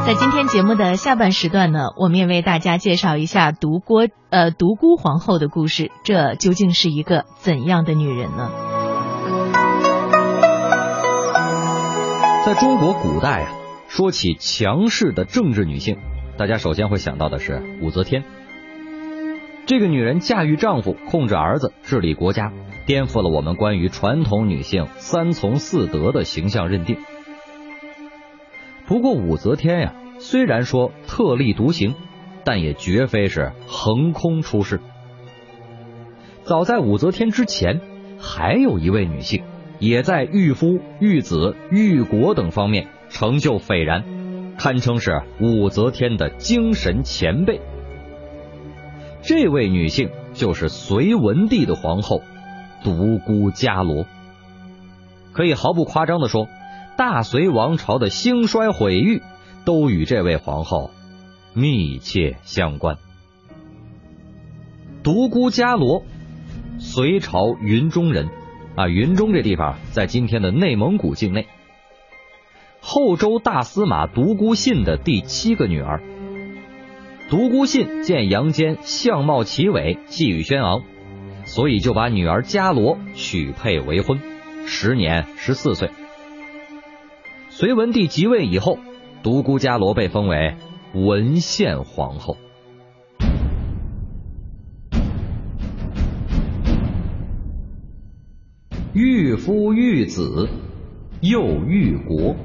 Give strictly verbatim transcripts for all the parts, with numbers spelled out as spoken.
在今天节目的下半时段呢，我们也为大家介绍一下独孤呃独孤皇后的故事，这究竟是一个怎样的女人呢？ 在中国古代啊，说起强势的政治女性，大家首先会想到的是武则天。这个女人驾驭丈夫，控制儿子，治理国家，颠覆了我们关于传统女性三从四德的形象认定。不过武则天呀，虽然说特立独行，但也绝非是横空出世。早在武则天之前，还有一位女性，也在育夫、育子、育国等方面成就斐然，堪称是武则天的精神前辈。这位女性就是隋文帝的皇后独孤伽罗。可以毫不夸张地说，大隋王朝的兴衰毁誉都与这位皇后密切相关。独孤伽罗，隋朝云中人啊，云中这地方在今天的内蒙古境内。后周大司马独孤信的第七个女儿。独孤信见杨坚相貌奇伟，气宇轩昂，所以就把女儿伽罗许配为婚，时年十四岁。隋文帝即位以后，独孤伽罗被封为文献皇后。育夫育子，又育国，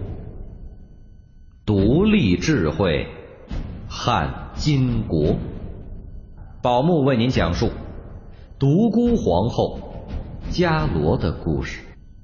独立智慧，汉金国。宝木为您讲述独孤皇后伽罗的故事。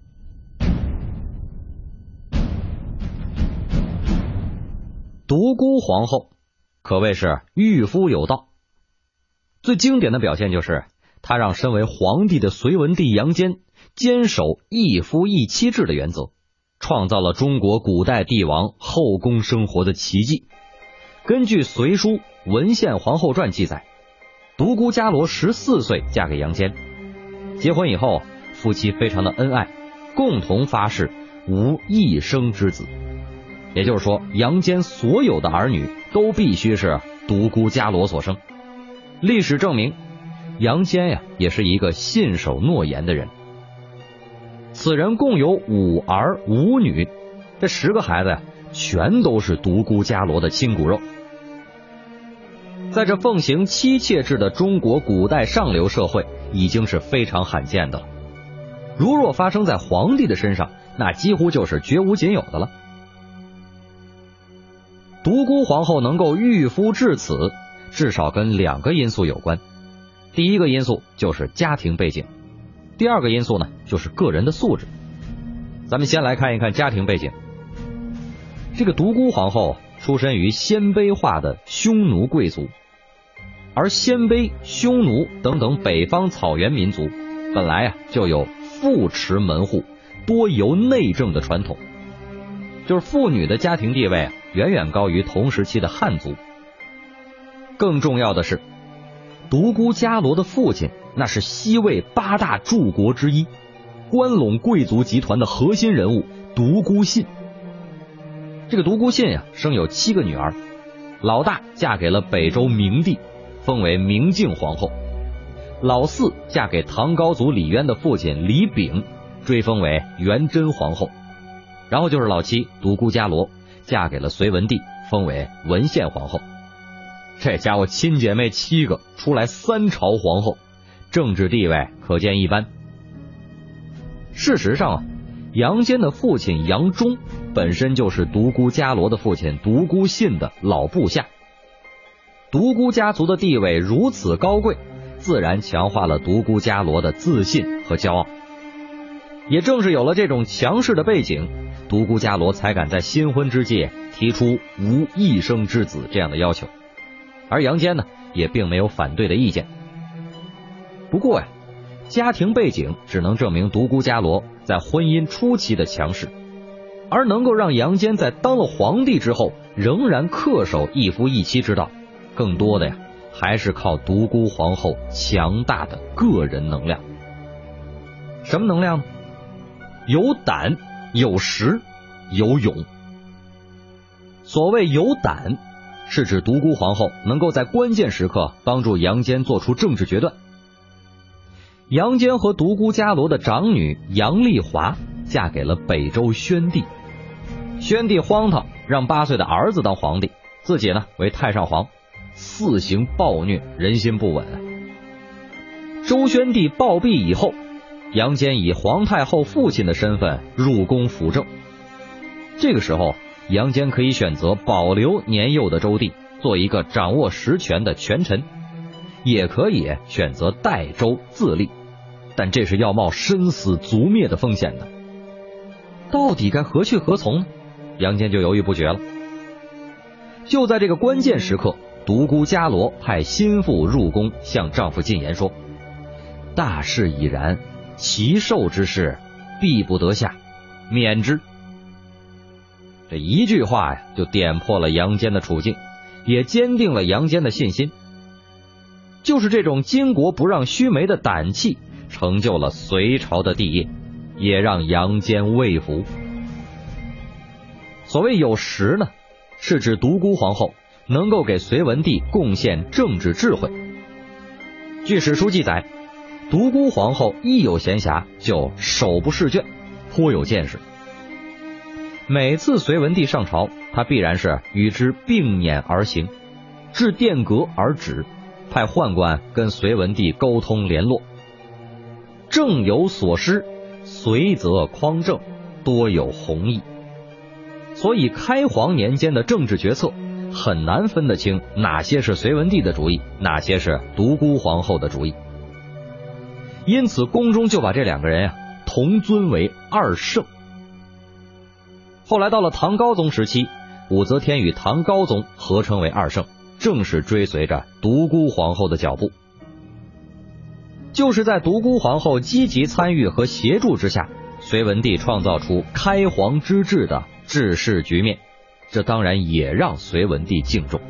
独孤皇后可谓是御夫有道，最经典的表现就是她让身为皇帝的隋文帝杨坚坚守一夫一妻制的原则，创造了中国古代帝王后宫生活的奇迹。根据《隋书·文献皇后传》记载，独孤伽罗十四岁嫁给杨坚，结婚以后夫妻非常的恩爱，共同发誓无一生之子。也就是说，杨坚所有的儿女都必须是独孤伽罗所生。历史证明，杨坚呀也是一个信守诺言的人。此人共有五儿五女，这十个孩子呀，全都是独孤伽罗的亲骨肉。在这奉行妻妾制的中国古代上流社会，已经是非常罕见的了。如若发生在皇帝的身上，那几乎就是绝无仅有的了。独孤皇后能够育夫至此，至少跟两个因素有关。第一个因素就是家庭背景，第二个因素呢，就是个人的素质。咱们先来看一看家庭背景。这个独孤皇后出身于鲜卑化的匈奴贵族，而鲜卑、匈奴等等北方草原民族本来啊就有父持门户、多由内政的传统，就是妇女的家庭地位啊远远高于同时期的汉族。更重要的是，独孤伽罗的父亲那是西魏八大柱国之一，关陇贵族集团的核心人物独孤信。这个独孤信呀、啊，生有七个女儿，老大嫁给了北周明帝，封为明敬皇后；老四嫁给唐高祖李渊的父亲李炳，追封为元贞皇后。然后就是老七独孤伽罗，嫁给了隋文帝，封为文献皇后。这家伙亲姐妹七个，出来三朝皇后，政治地位可见一斑。事实上啊，杨坚的父亲杨忠本身就是独孤伽罗的父亲独孤信的老部下。独孤家族的地位如此高贵，自然强化了独孤伽罗的自信和骄傲。也正是有了这种强势的背景，独孤伽罗才敢在新婚之际提出无一生之子这样的要求，而杨坚呢也并没有反对的意见。不过呀，家庭背景只能证明独孤伽罗在婚姻初期的强势，而能够让杨坚在当了皇帝之后仍然恪守一夫一妻之道，更多的呀还是靠独孤皇后强大的个人能量。什么能量呢？有胆、有识、有勇。 所谓有胆，是指独孤皇后能够在关键时刻帮助杨坚做出政治决断。杨坚和独孤伽罗的长女杨丽华嫁给了北周宣帝，宣帝荒唐，让八岁的儿子当皇帝，自己呢为太上皇，肆行暴虐，人心不稳。周宣帝暴毙以后，杨坚以皇太后父亲的身份入宫辅政。这个时候，杨坚可以选择保留年幼的周帝，做一个掌握实权的权臣，也可以选择代周自立，但这是要冒生死族灭的风险的。到底该何去何从呢？杨坚就犹豫不决了。就在这个关键时刻，独孤伽罗派心腹入宫向丈夫进言说：大事已然，其寿之事必不得下，免之。这一句话呀，就点破了杨坚的处境，也坚定了杨坚的信心。就是这种巾帼不让须眉的胆气，成就了隋朝的帝业，也让杨坚畏服。所谓有识呢，是指独孤皇后能够给隋文帝贡献政治智慧。据史书记载，独孤皇后一有闲暇就手不释卷，颇有见识。每次隋文帝上朝，他必然是与之并辇而行，至殿阁而止，派宦官跟隋文帝沟通联络。政有所失，随则匡正，多有弘毅。所以开皇年间的政治决策很难分得清哪些是隋文帝的主意，哪些是独孤皇后的主意。因此宫中就把这两个人啊同尊为二圣。后来到了唐高宗时期，武则天与唐高宗合称为二圣，正是追随着独孤皇后的脚步。就是在独孤皇后积极参与和协助之下，隋文帝创造出开皇之治的治世局面，这当然也让隋文帝敬重。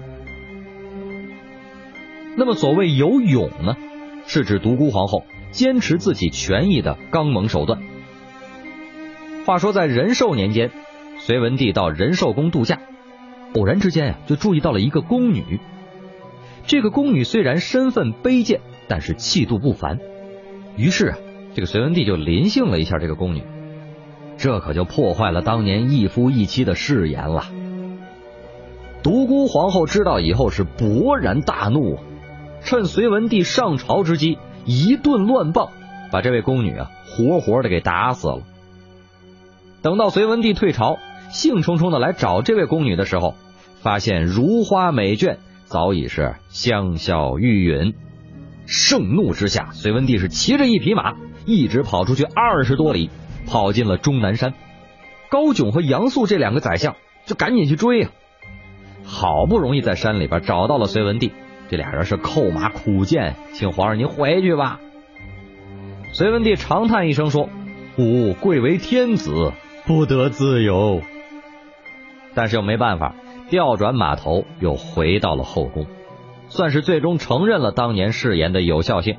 那么所谓有勇呢，是指独孤皇后坚持自己权益的刚猛手段。话说在仁寿年间，隋文帝到仁寿宫度假，偶然之间啊，就注意到了一个宫女。这个宫女虽然身份卑贱，但是气度不凡。于是啊，这个隋文帝就临幸了一下这个宫女，这可就破坏了当年一夫一妻的誓言了。独孤皇后知道以后是勃然大怒，趁隋文帝上朝之机，一顿乱棒，把这位宫女啊活活的给打死了。等到隋文帝退朝，兴冲冲的来找这位宫女的时候，发现如花美眷早已是香消玉殒。盛怒之下，隋文帝是骑着一匹马，一直跑出去二十多里，跑进了终南山。高炯和杨素这两个宰相就赶紧去追啊，好不容易在山里边找到了隋文帝，这俩人是扣马苦谏，请皇上您回去吧。隋文帝长叹一声说：吾贵为天子，不得自由。但是又没办法，调转马头又回到了后宫，算是最终承认了当年誓言的有效性。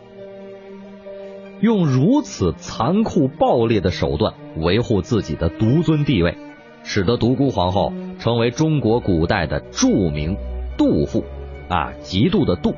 用如此残酷暴烈的手段维护自己的独尊地位，使得独孤皇后成为中国古代的著名妒妇啊，嫉妒的妒。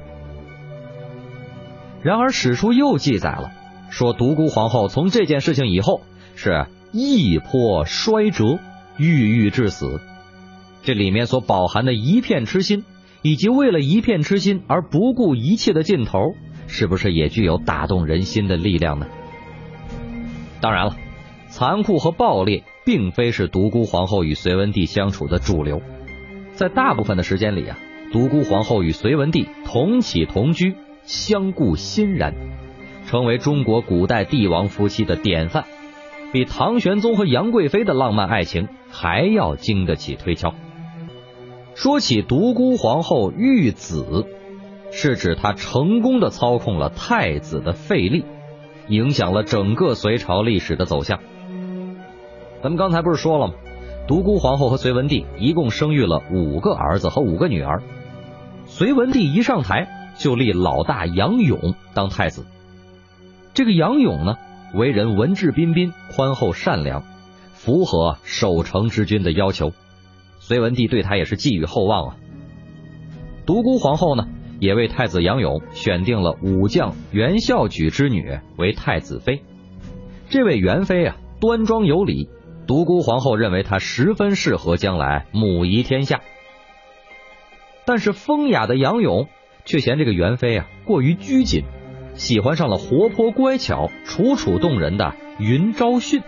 然而史书又记载了，说独孤皇后从这件事情以后是一颇衰折，郁郁致死。这里面所饱含的一片痴心，以及为了一片痴心而不顾一切的劲头，是不是也具有打动人心的力量呢？当然了，残酷和暴烈并非是独孤皇后与隋文帝相处的主流。在大部分的时间里啊，独孤皇后与隋文帝同起同居，相顾欣然，成为中国古代帝王夫妻的典范，比唐玄宗和杨贵妃的浪漫爱情还要经得起推敲。说起独孤皇后育子，是指她成功的操控了太子的废立，影响了整个隋朝历史的走向。咱们刚才不是说了吗？独孤皇后和隋文帝一共生育了五个儿子和五个女儿。隋文帝一上台就立老大杨勇当太子。这个杨勇呢，为人文质彬彬，宽厚善良，符合守成之君的要求， 隋文帝对他也是寄予厚望啊。独孤皇后呢，也为太子杨勇选定了武将袁孝举之女为太子妃。这位元妃啊，端庄有礼，独孤皇后认为她十分适合将来母仪天下。但是风雅的杨勇却嫌这个元妃啊过于拘谨，喜欢上了活泼乖巧、楚楚动人的云昭训。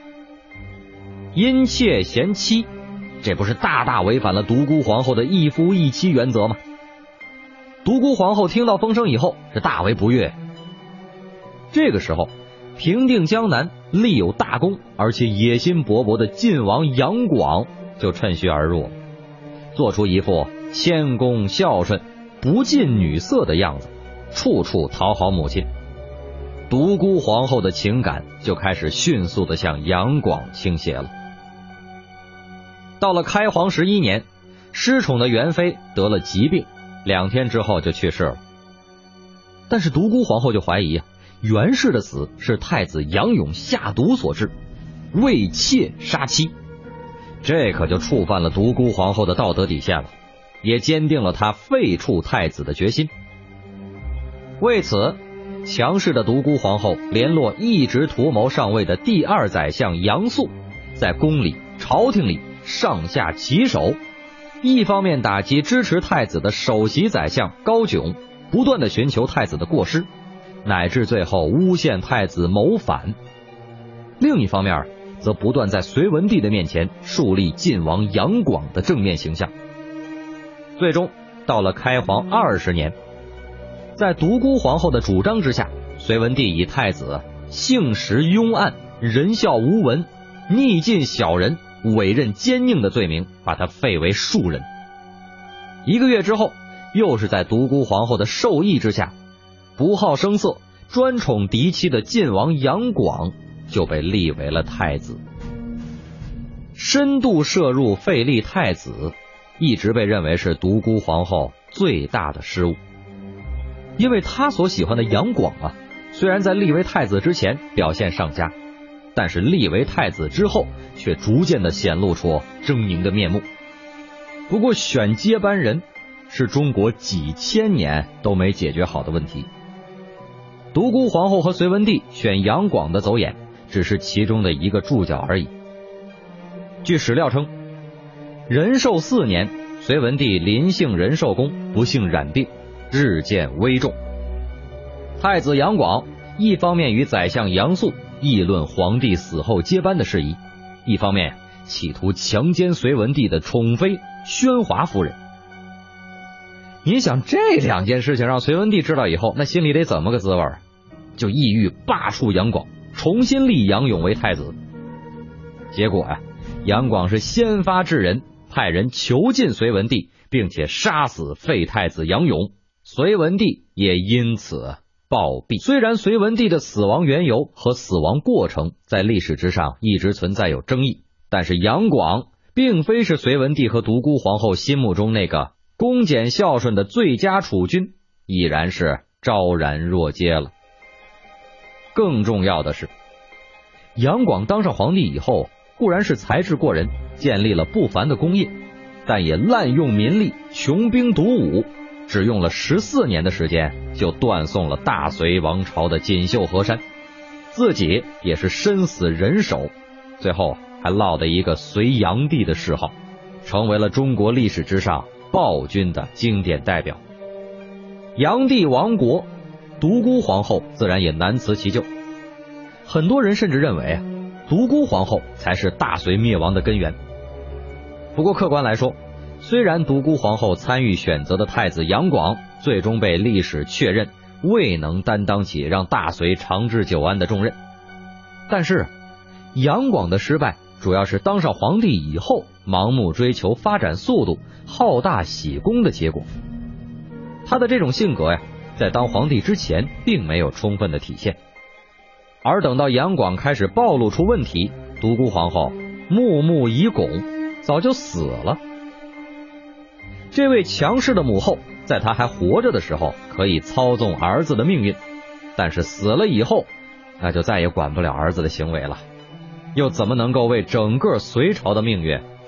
因妾贤妻，这不是大大违反了独孤皇后的一夫一妻原则吗？独孤皇后听到风声以后是大为不悦。这个时候，平定江南立有大功而且野心勃勃的晋王杨广就趁虚而入，做出一副谦恭孝顺、不近女色的样子，处处讨好母亲。独孤皇后的情感就开始迅速的向杨广倾斜了。到了开皇十一年，失宠的元妃得了疾病，两天之后就去世了。但是独孤皇后就怀疑啊，袁氏的死是太子杨勇下毒所致，为妾杀妻，这可就触犯了独孤皇后的道德底线了，也坚定了她废黜太子的决心。为此，强势的独孤皇后联络一直图谋上位的第二宰相杨素，在宫里、朝廷里上下其手，一方面打击支持太子的首席宰相高炯，不断的寻求太子的过失，乃至最后诬陷太子谋反；另一方面则不断在隋文帝的面前树立晋王杨广的正面形象。最终到了开皇二十年，在独孤皇后的主张之下，隋文帝以太子性实庸暗、仁孝无闻、逆尽小人、委任奸佞的罪名，把他废为庶人。一个月之后，又是在独孤皇后的授意之下，不好声色、专宠嫡妻的晋王杨广就被立为了太子。深度涉入废立太子，一直被认为是独孤皇后最大的失误。因为他所喜欢的杨广啊，虽然在立为太子之前表现上佳，但是立为太子之后却逐渐的显露出狰狞的面目。不过选接班人是中国几千年都没解决好的问题。独孤皇后和隋文帝选杨广的走眼只是其中的一个注脚而已。据史料称，仁寿四年，隋文帝临幸仁寿宫，不幸染病，日渐危重。太子杨广一方面与宰相杨素议论皇帝死后接班的事宜，一方面企图强奸隋文帝的宠妃宣华夫人。你想这两件事情让隋文帝知道以后，那心里得怎么个滋味？就意欲罢黜杨广，重新立杨勇为太子。结果呀、啊，杨广是先发制人，派人囚禁隋文帝，并且杀死废太子杨勇，隋文帝也因此暴毙。虽然隋文帝的死亡缘由和死亡过程在历史之上一直存在有争议，但是杨广并非是隋文帝和独孤皇后心目中那个恭俭孝顺的最佳储君，已然是昭然若揭了。更重要的是，杨广当上皇帝以后，固然是才智过人，建立了不凡的功业，但也滥用民力，穷兵黩武，只用了十四年的时间就断送了大隋王朝的锦绣河山，自己也是身死人手，最后还落得一个隋炀帝的谥号，成为了中国历史之上暴君的经典代表。炀帝亡国，独孤皇后自然也难辞其咎。很多人甚至认为啊，独孤皇后才是大隋灭亡的根源。不过客观来说，虽然独孤皇后参与选择的太子杨广最终被历史确认未能担当起让大隋长治久安的重任，但是杨广的失败主要是当上皇帝以后盲目追求发展速度、好大喜功的结果。他的这种性格呀，在当皇帝之前并没有充分的体现，而等到杨广开始暴露出问题，独孤皇后木木已拱，早就死了。这位强势的母后在她还活着的时候可以操纵儿子的命运，但是死了以后，那就再也管不了儿子的行为了，又怎么能够为整个隋朝的命运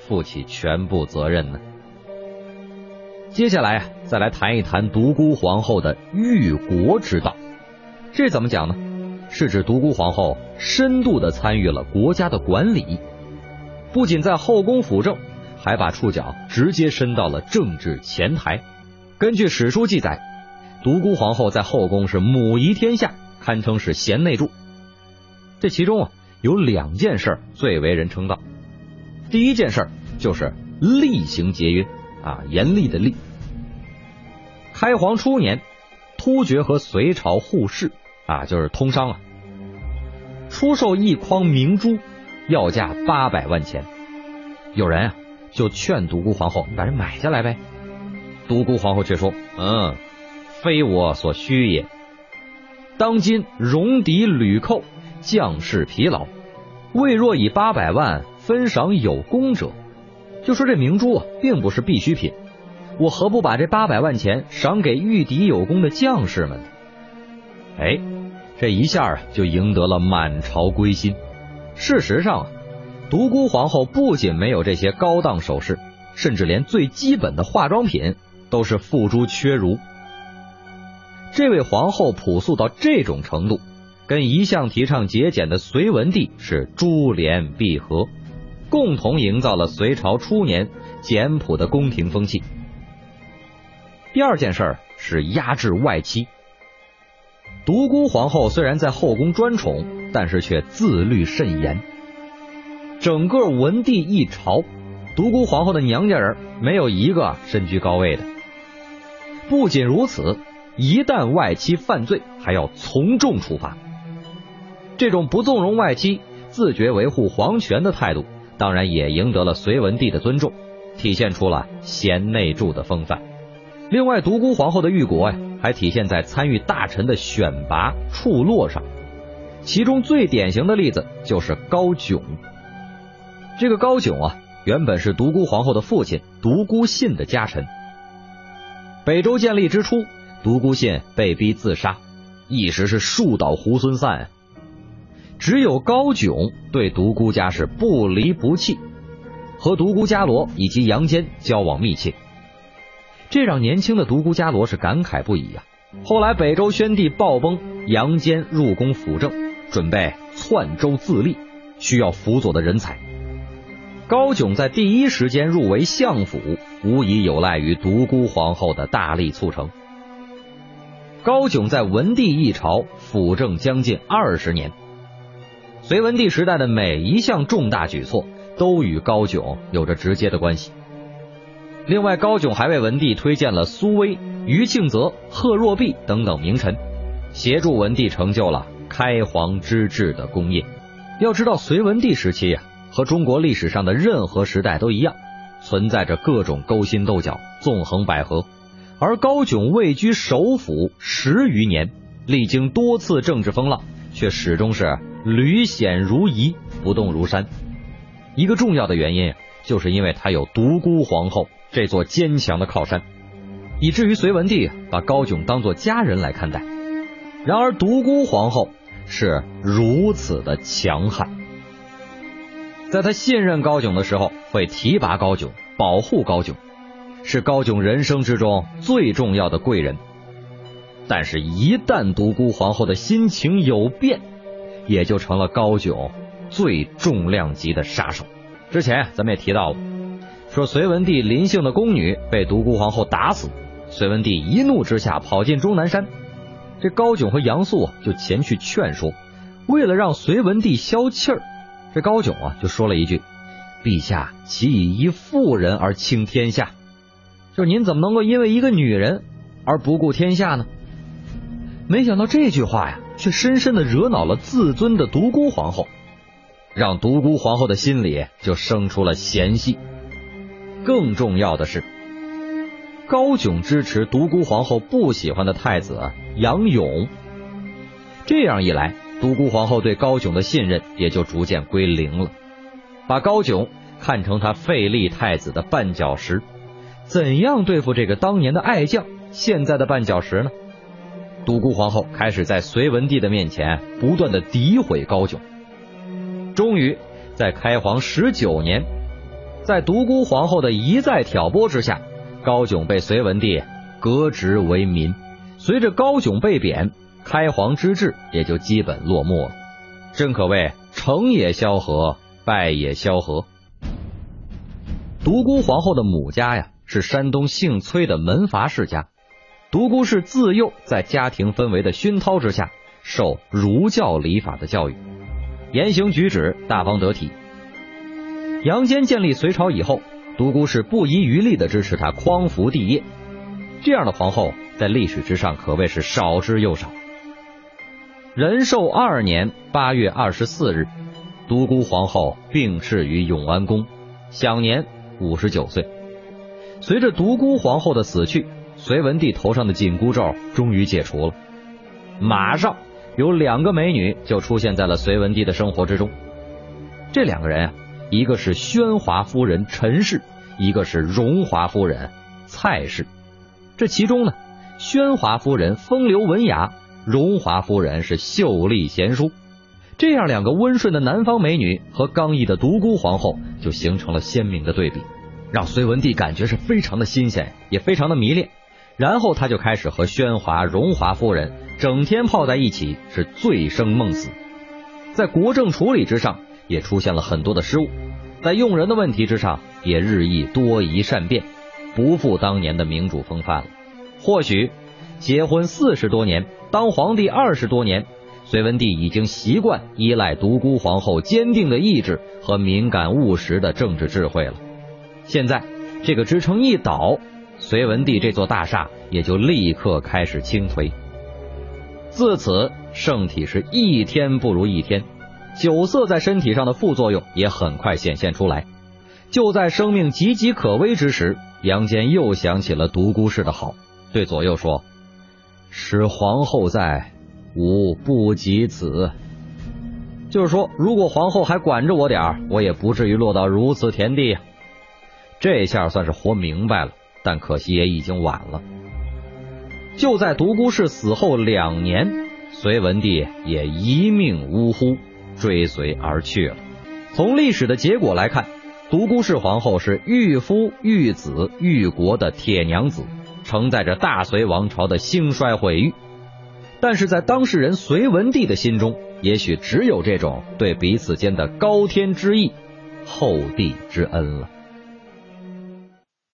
负起全部责任呢？接下来啊，再来谈一谈独孤皇后的御国之道。这怎么讲呢？是指独孤皇后深度的参与了国家的管理，不仅在后宫辅政，还把触角直接伸到了政治前台。根据史书记载，独孤皇后在后宫是母仪天下，堪称是贤内助。这其中啊，有两件事最为人称道。第一件事就是厉行节约啊，严厉的厉。开皇初年，突厥和隋朝互市啊，就是通商啊，出售一筐明珠，要价八百万钱。有人啊就劝独孤皇后把这买下来呗。独孤皇后却说：“嗯，非我所需也。当今戎狄屡寇，将士疲劳，未若以八百万分赏有功者。”就说这明珠啊，并不是必需品，我何不把这八百万钱赏给御敌有功的将士们呢？哎，这一下啊，就赢得了满朝归心。事实上啊，独孤皇后不仅没有这些高档首饰，甚至连最基本的化妆品都是付诸阙如。这位皇后朴素到这种程度，跟一向提倡节俭的隋文帝是珠联璧合，共同营造了隋朝初年简朴的宫廷风气。第二件事是压制外戚。独孤皇后虽然在后宫专宠，但是却自律甚严。整个文帝一朝，独孤皇后的娘家人没有一个身居高位的。不仅如此，一旦外戚犯罪，还要从重处罚。这种不纵容外戚、自觉维护皇权的态度，当然也赢得了隋文帝的尊重，体现出了贤内助的风范。另外，独孤皇后的御国呀，还体现在参与大臣的选拔、处落上。其中最典型的例子就是高炯。这个高炯啊，原本是独孤皇后的父亲独孤信的家臣。北周建立之初，独孤信被逼自杀，一时是树倒猢狲散啊。只有高炯对独孤家是不离不弃，和独孤伽罗以及杨坚交往密切。这让年轻的独孤伽罗是感慨不已啊。后来北周宣帝暴崩，杨坚入宫辅政，准备篡周自立，需要辅佐的人才。高炯在第一时间入围相府，无疑有赖于独孤皇后的大力促成。高炯在文帝一朝辅政将近二十年，隋文帝时代的每一项重大举措都与高炯有着直接的关系。另外，高炯还为文帝推荐了苏威、于庆泽、贺若弼等等名臣，协助文帝成就了开皇之治的功业。要知道，隋文帝时期啊，和中国历史上的任何时代都一样，存在着各种勾心斗角、纵横捭阖。而高炯位居首辅十余年，历经多次政治风浪，却始终是履险如夷，不动如山。一个重要的原因，就是因为他有独孤皇后这座坚强的靠山，以至于隋文帝把高炯当作家人来看待。然而独孤皇后是如此的强悍，在他信任高炯的时候，会提拔高炯，保护高炯，是高炯人生之中最重要的贵人。但是一旦独孤皇后的心情有变，也就成了高炯最重量级的杀手。之前咱们也提到了，说隋文帝临幸的宫女被独孤皇后打死，隋文帝一怒之下跑进终南山，这高炯和杨素就前去劝说。为了让隋文帝消气儿，这高炯啊就说了一句：陛下岂以一妇人而倾天下？就是您怎么能够因为一个女人而不顾天下呢？没想到这句话呀，却深深的惹恼了自尊的独孤皇后，让独孤皇后的心里就生出了嫌隙。更重要的是，高炯支持独孤皇后不喜欢的太子杨勇，这样一来，独孤皇后对高炯的信任也就逐渐归零了，把高炯看成他废立太子的绊脚石。怎样对付这个当年的爱将，现在的绊脚石呢？独孤皇后开始在隋文帝的面前不断的诋毁高炯，终于在开皇十九年， 在独孤皇后的一再挑拨之下，高炯被隋文帝革职为民。随着高炯被贬，开皇之治也就基本落幕了。真可谓成也萧何，败也萧何。独孤皇后的母家呀，是山东姓崔的门阀世家。独孤氏自幼在家庭氛围的熏陶之下，受儒教礼法的教育，言行举止大方得体。杨坚建立隋朝以后，独孤氏不遗余力地支持他匡扶帝业。这样的皇后在历史之上可谓是少之又少。仁寿二年八月二十四日，独孤皇后病逝于永安宫，享年五十九岁。随着独孤皇后的死去，隋文帝头上的紧箍咒终于解除了。马上有两个美女就出现在了隋文帝的生活之中。这两个人啊，一个是宣华夫人陈氏，一个是荣华夫人蔡氏。这其中呢，宣华夫人风流文雅，荣华夫人是秀丽贤淑。这样两个温顺的南方美女和刚毅的独孤皇后就形成了鲜明的对比，让隋文帝感觉是非常的新鲜，也非常的迷恋。然后他就开始和宣华、荣华夫人整天泡在一起，是醉生梦死。在国政处理之上也出现了很多的失误，在用人的问题之上也日益多疑善变，不复当年的明主风范了。或许结婚四十多年，当皇帝二十多年，隋文帝已经习惯依赖独孤皇后坚定的意志和敏感务实的政治智慧了。现在这个支撑一倒，隋文帝这座大厦也就立刻开始倾颓。自此圣体是一天不如一天，酒色在身体上的副作用也很快显现出来。就在生命岌岌可危之时，杨坚又想起了独孤氏的好，对左右说：使皇后在，吾不及此。就是说，如果皇后还管着我点儿，我也不至于落到如此田地。这下算是活明白了，但可惜也已经晚了。就在独孤氏死后两年，隋文帝也一命呜呼，追随而去了。从历史的结果来看，独孤氏皇后是育夫育子育国的铁娘子，承载着大隋王朝的兴衰毁誉。但是在当事人隋文帝的心中，也许只有这种对彼此间的高天之意、厚地之恩了。